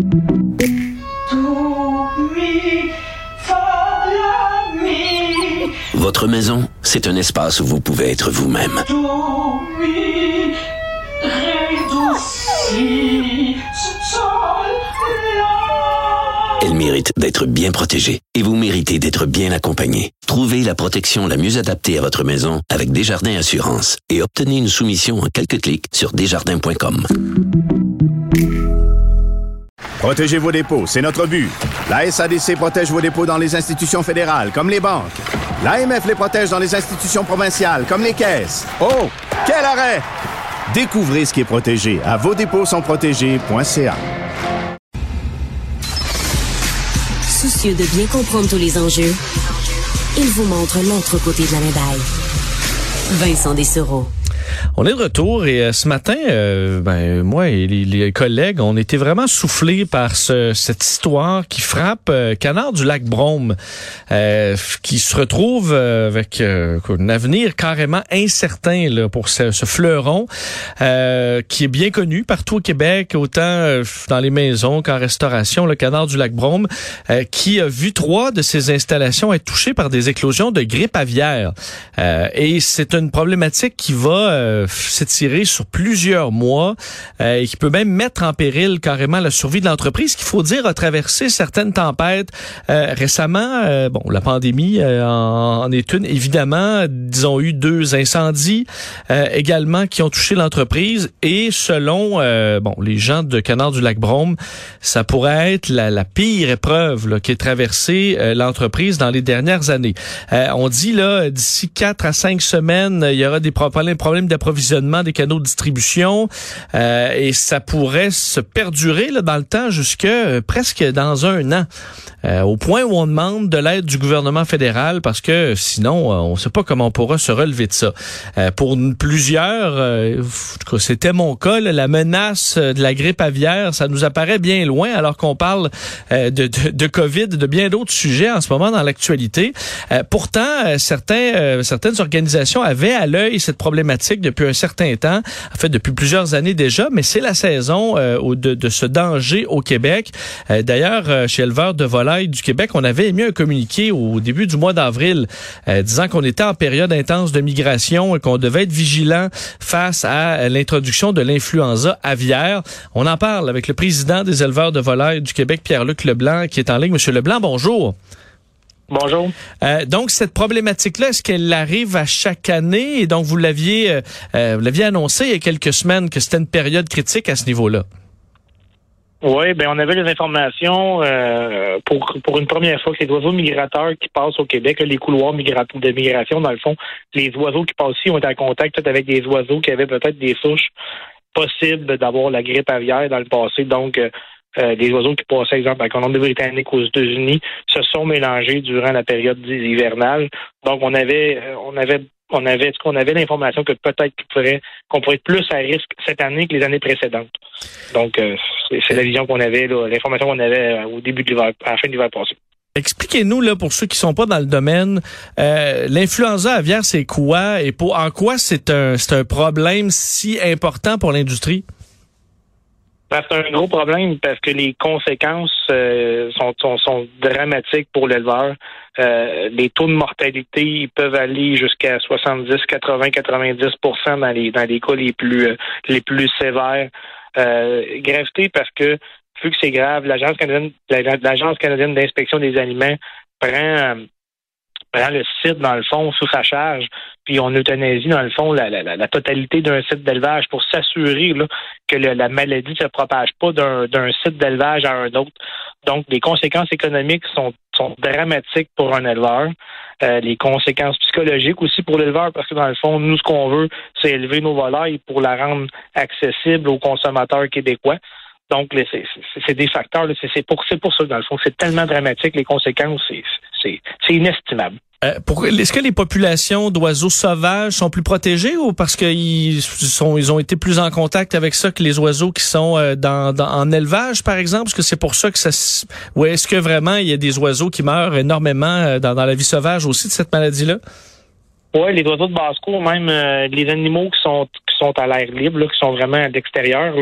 Votre maison, c'est un espace où vous pouvez être vous-même. Elle mérite d'être bien protégée et vous méritez d'être bien accompagné. Trouvez la protection la mieux adaptée à votre maison avec Desjardins Assurance et obtenez une soumission en quelques clics sur desjardins.com. Protégez vos dépôts, c'est notre but. La SADC protège vos dépôts dans les institutions fédérales, comme les banques. L'AMF les protège dans les institutions provinciales, comme les caisses. Oh, quel arrêt! Découvrez ce qui est protégé à vosdépôtssontprotégés.ca. Soucieux de bien comprendre tous les enjeux, il vous montre l'autre côté de la médaille. Vincent Dessereau. On est de retour et ce matin, moi et les collègues, on était vraiment soufflés par cette histoire qui frappe Canard du Lac-Brome, qui se retrouve avec un avenir carrément incertain là, pour ce fleuron qui est bien connu partout au Québec, autant dans les maisons qu'en restauration, le Canard du Lac-Brome, qui a vu 3 de ses installations être touchées par des éclosions de grippe aviaire. Et c'est une problématique qui va s'étirer sur plusieurs mois et qui peut même mettre en péril carrément la survie de l'entreprise, qu'il faut dire a traversé certaines tempêtes récemment. La pandémie en est une. Évidemment, ils ont eu 2 incendies également qui ont touché l'entreprise et selon les gens de Canard du Lac-Brome, ça pourrait être la pire épreuve là, qui est traversée l'entreprise dans les dernières années. On dit là d'ici 4 à 5 semaines, il y aura des problèmes d'approvisionnement des canaux de distribution et ça pourrait se perdurer là, dans le temps jusque presque dans 1 an. Au point où on demande de l'aide du gouvernement fédéral parce que sinon, on ne sait pas comment on pourra se relever de ça. Pour plusieurs, en tout cas, c'était mon cas, là, la menace de la grippe aviaire, ça nous apparaît bien loin alors qu'on parle de COVID, de bien d'autres sujets en ce moment dans l'actualité. Pourtant, certaines organisations avaient à l'œil cette problématique depuis un certain temps, en fait depuis plusieurs années déjà, mais c'est la saison de ce danger au Québec. D'ailleurs, chez Éleveurs de volailles du Québec, on avait émis un communiqué au début du mois d'avril disant qu'on était en période intense de migration et qu'on devait être vigilant face à l'introduction de l'influenza aviaire. On en parle avec le président des Éleveurs de volailles du Québec, Pierre-Luc Leblanc, qui est en ligne. Monsieur Leblanc, bonjour. Bonjour. Donc, cette problématique-là, est-ce qu'elle arrive à chaque année? Et donc, vous l'aviez annoncé il y a quelques semaines que c'était une période critique à ce niveau-là. Oui, on avait les informations pour une première fois que les oiseaux migrateurs qui passent au Québec, les couloirs de migration, dans le fond, les oiseaux qui passent ici ont été en contact peut-être avec des oiseaux qui avaient peut-être des souches possibles d'avoir la grippe aviaire dans le passé. Donc, des oiseaux qui passaient, exemple, en Colombie-Britannique aux États-Unis, se sont mélangés durant la période hivernale. Donc, on avait l'information que peut-être qu'on pourrait être plus à risque cette année que les années précédentes. Donc, c'est la vision qu'on avait, là, l'information qu'on avait au début de l'hiver, à la fin de l'hiver passé. Expliquez-nous, là, pour ceux qui sont pas dans le domaine, l'influenza aviaire, c'est quoi et en quoi c'est un problème si important pour l'industrie? C'est un gros problème parce que les conséquences sont dramatiques pour l'éleveur. Les taux de mortalité ils peuvent aller jusqu'à 70, 80, 90% dans les cas les plus sévères. Gravité parce que vu que c'est grave, l'Agence canadienne d'inspection des aliments prend le site, dans le fond, sous sa charge, puis on euthanasie, dans le fond, la totalité d'un site d'élevage pour s'assurer là, que la maladie ne se propage pas d'un site d'élevage à un autre. Donc, les conséquences économiques sont dramatiques pour un éleveur. Les conséquences psychologiques aussi pour l'éleveur, parce que, dans le fond, nous, ce qu'on veut, c'est élever nos volailles pour la rendre accessible aux consommateurs québécois. Donc, c'est des facteurs. Là, c'est pour ça, dans le fond, c'est tellement dramatique, les conséquences, c'est inestimable. Est-ce que les populations d'oiseaux sauvages sont plus protégées ou parce qu'ils ont été plus en contact avec ça que les oiseaux qui sont en élevage, par exemple? Est-ce que c'est pour ça que ou est-ce que vraiment il y a des oiseaux qui meurent énormément dans la vie sauvage aussi de cette maladie-là? Oui, les oiseaux de basse-cour, même les animaux qui sont à l'air libre, là, qui sont vraiment à l'extérieur, là,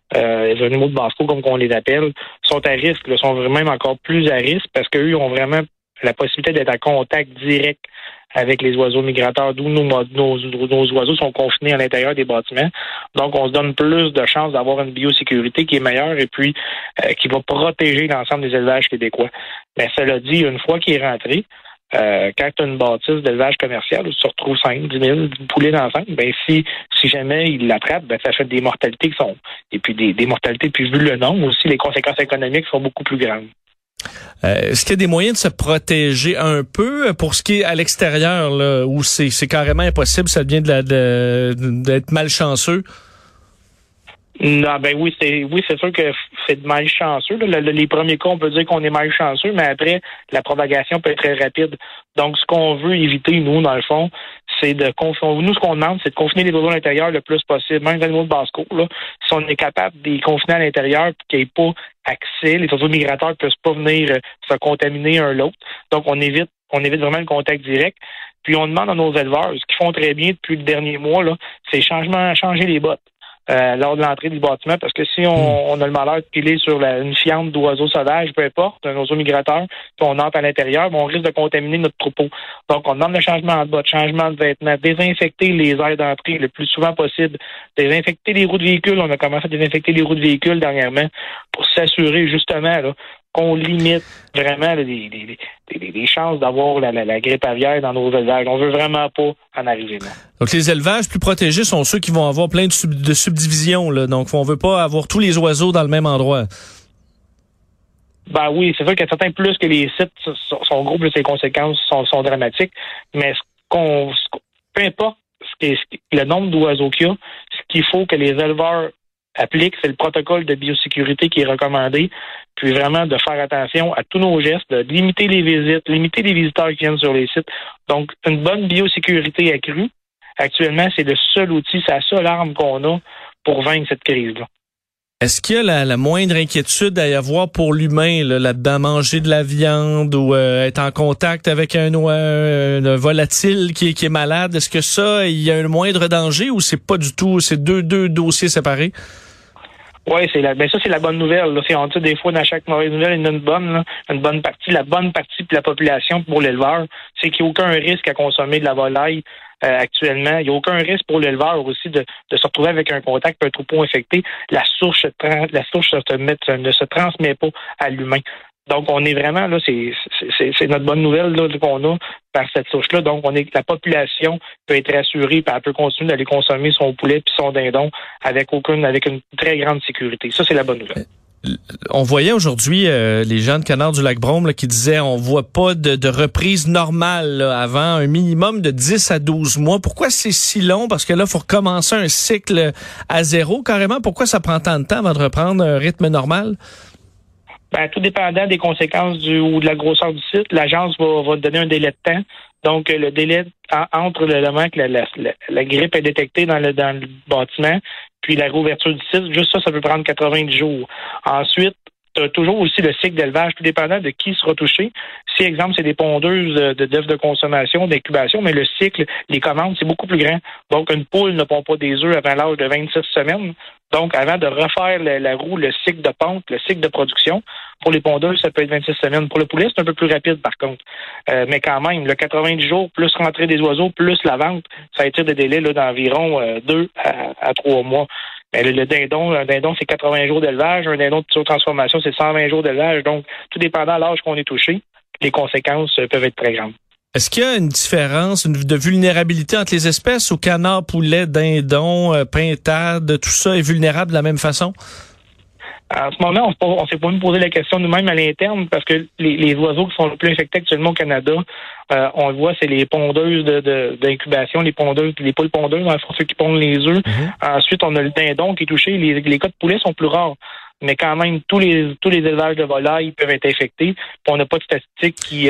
les animaux de basse-cour, comme on les appelle, sont à risque, là, sont même encore plus à risque parce qu'eux ont vraiment la possibilité d'être en contact direct avec les oiseaux migrateurs, d'où nos oiseaux sont confinés à l'intérieur des bâtiments. Donc, on se donne plus de chances d'avoir une biosécurité qui est meilleure et puis qui va protéger l'ensemble des élevages québécois. Mais cela dit, une fois qu'il est rentré, quand tu as une bâtisse d'élevage commercial où tu retrouves 5, 10 000 poulets d'ensemble, ben si jamais il l'attrape, ben ça fait des mortalités qui sont... Et puis des mortalités, puis vu le nombre aussi, les conséquences économiques sont beaucoup plus grandes. Est-ce qu'il y a des moyens de se protéger un peu pour ce qui est à l'extérieur, là, où c'est carrément impossible, ça devient d'être malchanceux? Non, ben oui, c'est sûr que c'est malchanceux. Les premiers cas, on peut dire qu'on est malchanceux, mais après, la propagation peut être très rapide. Donc, ce qu'on veut éviter, nous, dans le fond, c'est nous, ce qu'on demande, c'est de confiner les oiseaux à l'intérieur le plus possible, même les animaux de basse-cour, là. Si on est capable de les confiner à l'intérieur, puis qu'il n'y ait pas accès, les oiseaux migrateurs ne peuvent pas venir se contaminer un l'autre. Donc, on évite vraiment le contact direct. Puis, on demande à nos éleveurs, ce qu'ils font très bien depuis le dernier mois, là, c'est changer les bottes. Lors de l'entrée du bâtiment, parce que si on a le malheur de piler sur une fiente d'oiseaux sauvages, peu importe, un oiseau migrateur, puis on entre à l'intérieur, on risque de contaminer notre troupeau. Donc, on demande le changement de bottes, changement de vêtements, désinfecter les aires d'entrée le plus souvent possible, désinfecter les roues de véhicules. On a commencé à désinfecter les roues de véhicules dernièrement pour s'assurer justement là, qu'on limite vraiment les chances d'avoir la grippe aviaire dans nos élevages. On veut vraiment pas en arriver là. Donc, les élevages plus protégés sont ceux qui vont avoir plein de subdivisions, là. Donc, on veut pas avoir tous les oiseaux dans le même endroit. Ben oui, c'est sûr qu'il y a certains plus que les sites sont gros, plus les conséquences sont dramatiques. Mais peu importe le nombre d'oiseaux qu'il y a, ce qu'il faut que les éleveurs appliquent, c'est le protocole de biosécurité qui est recommandé, puis vraiment de faire attention à tous nos gestes, de limiter les visites, limiter les visiteurs qui viennent sur les sites. Donc, une bonne biosécurité accrue, actuellement, c'est le seul outil, c'est la seule arme qu'on a pour vaincre cette crise-là. Est-ce qu'il y a la moindre inquiétude à y avoir pour l'humain là-dedans, manger de la viande ou être en contact avec un volatile qui est malade? Est-ce que ça, il y a un moindre danger ou c'est pas du tout, c'est deux dossiers séparés? Oui, c'est la bonne nouvelle. Là. On dit des fois dans chaque mauvaise nouvelle, il y en a une bonne, là, une bonne partie. La bonne partie de la population pour l'éleveur, c'est qu'il n'y a aucun risque à consommer de la volaille actuellement. Il n'y a aucun risque pour l'éleveur aussi de se retrouver avec un contact, un troupeau infecté. La souche ne se transmet pas à l'humain. Donc, on est vraiment, là, c'est notre bonne nouvelle là, qu'on a par cette souche-là. Donc, la population peut être rassurée, puis elle peut continuer d'aller consommer son poulet puis son dindon avec une très grande sécurité. Ça, c'est la bonne nouvelle. On voyait aujourd'hui les gens de Canard-du-Lac-Brome qui disaient on voit pas de reprise normale là, avant un minimum de 10 à 12 mois. Pourquoi c'est si long? Parce que là, il faut recommencer un cycle à zéro carrément. Pourquoi ça prend tant de temps avant de reprendre un rythme normal? Ben, tout dépendant des conséquences ou de la grosseur du site, l'agence va donner un délai de temps. Donc, le délai entre le moment que la grippe est détectée dans le bâtiment, puis la réouverture du site, juste ça peut prendre 90 jours. Ensuite, tu as toujours aussi le cycle d'élevage, tout dépendant de qui sera touché. Si, exemple, c'est des pondeuses d'œufs de consommation, d'incubation, mais le cycle, les commandes, c'est beaucoup plus grand. Donc, une poule ne pond pas des œufs avant l'âge de 26 semaines. Donc, avant de refaire la roue, le cycle de ponte, le cycle de production, pour les pondeuses, ça peut être 26 semaines. Pour le poulet, c'est un peu plus rapide, par contre. Mais quand même, le 90 jours, plus rentrée des oiseaux, plus la vente, ça étire des délais là, d'environ 2 à 3 mois. Mais un dindon, c'est 80 jours d'élevage. Un dindon de transformation, c'est 120 jours d'élevage. Donc, tout dépendant de l'âge qu'on est touché, les conséquences peuvent être très grandes. Est-ce qu'il y a une différence de vulnérabilité entre les espèces ou canard, poulet, dindon, pintade, tout ça est vulnérable de la même façon? En ce moment, on s'est pas même posé la question nous-mêmes à l'interne parce que les oiseaux qui sont le plus infectés actuellement au Canada, on le voit, c'est les pondeuses d'incubation, les poules pondeuses, dans le fond, ceux qui pondent les œufs. Mm-hmm. Ensuite, on a le dindon qui est touché. Les cas de poulet sont plus rares. Mais quand même, tous les élevages de volailles peuvent être infectés. Puis on n'a pas de statistiques qui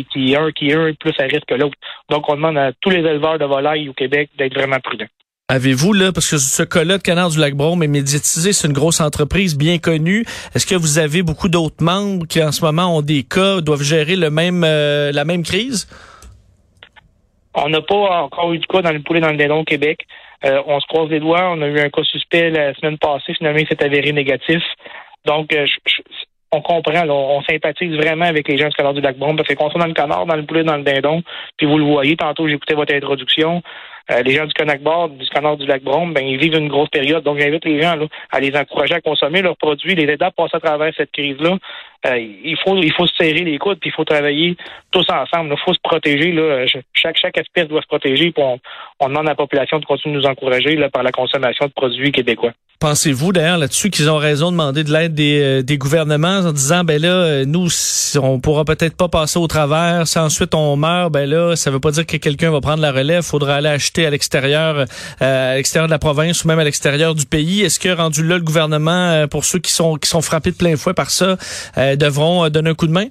est plus à risque que l'autre. Donc, on demande à tous les éleveurs de volailles au Québec d'être vraiment prudents. Avez-vous, là, parce que ce cas-là de Canard-du-Lac-Brome est médiatisé, c'est une grosse entreprise bien connue. Est-ce que vous avez beaucoup d'autres membres qui, en ce moment, ont des cas, doivent gérer la même crise? On n'a pas encore eu de cas dans le poulet dans le dindon au Québec. On se croise les doigts. On a eu un cas suspect la semaine passée. Finalement, il s'est avéré négatif. Donc, on comprend, là, on sympathise vraiment avec les gens du canard du Lac-Brome parce qu'on soit dans le canard, dans le poulet, dans le dindon. Puis vous le voyez, tantôt, j'écoutais votre introduction. Les gens du canard du Lac-Brome, ils vivent une grosse période. Donc, j'invite les gens là, à les encourager à consommer leurs produits, les aider à passer à travers cette crise-là. Il faut se serrer les coudes, puis il faut travailler tous ensemble. Il faut se protéger. Là. Chaque espèce doit se protéger. Puis on demande à la population de continuer de nous encourager là, par la consommation de produits québécois. Pensez-vous d'ailleurs là-dessus qu'ils ont raison de demander de l'aide des gouvernements en disant nous on pourra peut-être pas passer au travers, si ensuite on meurt, ça veut pas dire que quelqu'un va prendre la relève, faudra aller acheter à l'extérieur de la province ou même à l'extérieur du pays. Est-ce que rendu là le gouvernement pour ceux qui sont frappés de plein fouet par ça devront donner un coup de main?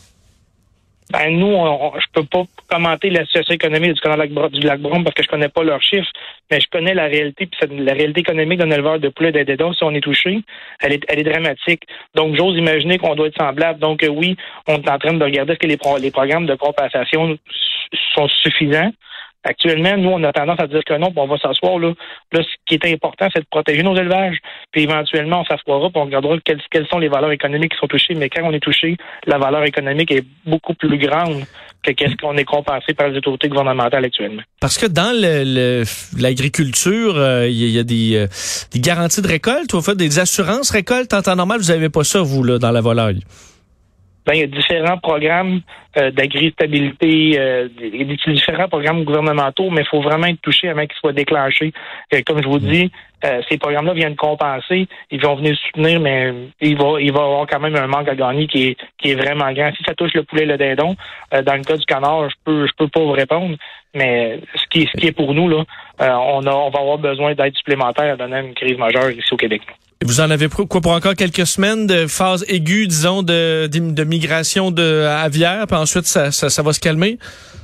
Nous, je peux pas commenter la situation économique du canal du Lac-Brome parce que je connais pas leurs chiffres, mais je connais la réalité, puis la réalité économique d'un éleveur de poulet et d'aider si on est touché, elle est dramatique. Donc, j'ose imaginer qu'on doit être semblable. Donc, oui, on est en train de regarder est-ce que les programmes de compensation sont suffisants. Actuellement, nous, on a tendance à dire que non, puis on va s'asseoir là. Là, ce qui est important, c'est de protéger nos élevages. Puis éventuellement, on s'assoira, puis on regardera quelles sont les valeurs économiques qui sont touchées. Mais quand on est touché, la valeur économique est beaucoup plus grande que qu'est-ce qu'on est compensé par les autorités gouvernementales actuellement. Parce que dans l'agriculture, il y a des garanties de récolte, ou des assurances récolte. En temps normal, vous n'avez pas ça, vous, là, dans la volaille. Il y a différents programmes d'agri-stabilité, différents programmes gouvernementaux, mais il faut vraiment être touché avant qu'ils soient déclenchés. Comme je vous dis, ces programmes-là viennent compenser, ils vont venir soutenir, mais il va y avoir quand même un manque à gagner qui est vraiment grand. Si ça touche le poulet et le dindon, dans le cas du canard, je peux pas vous répondre, mais ce qui est pour nous, là, on va avoir besoin d'aide supplémentaire dans une crise majeure ici au Québec. Vous en avez pour encore quelques semaines de phase aiguë, disons, de migration aviaire, puis ensuite ça va se calmer?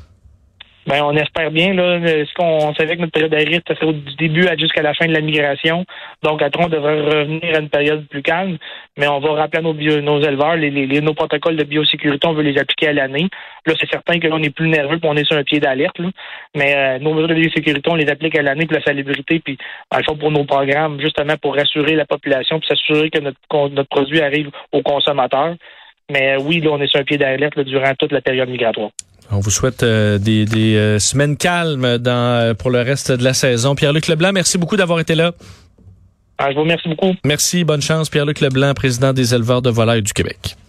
On espère bien. Là, on savait que notre période à risque, ça serait du début jusqu'à la fin de la migration. Donc, après, on devrait revenir à une période plus calme. Mais on va rappeler à nos éleveurs, nos protocoles de biosécurité, on veut les appliquer à l'année. Là, c'est certain que là, on est plus nerveux, puis on est sur un pied d'alerte. Là. Mais nos mesures de biosécurité, on les applique à l'année pour la salubrité, puis dans le fond, pour nos programmes, justement pour rassurer la population, puis s'assurer que notre produit arrive aux consommateurs. Mais oui, là, on est sur un pied d'alerte là, durant toute la période migratoire. On vous souhaite des semaines calmes pour le reste de la saison. Pierre-Luc Leblanc, merci beaucoup d'avoir été là. Je vous remercie beaucoup. Merci, bonne chance. Pierre-Luc Leblanc, président des éleveurs de volailles du Québec.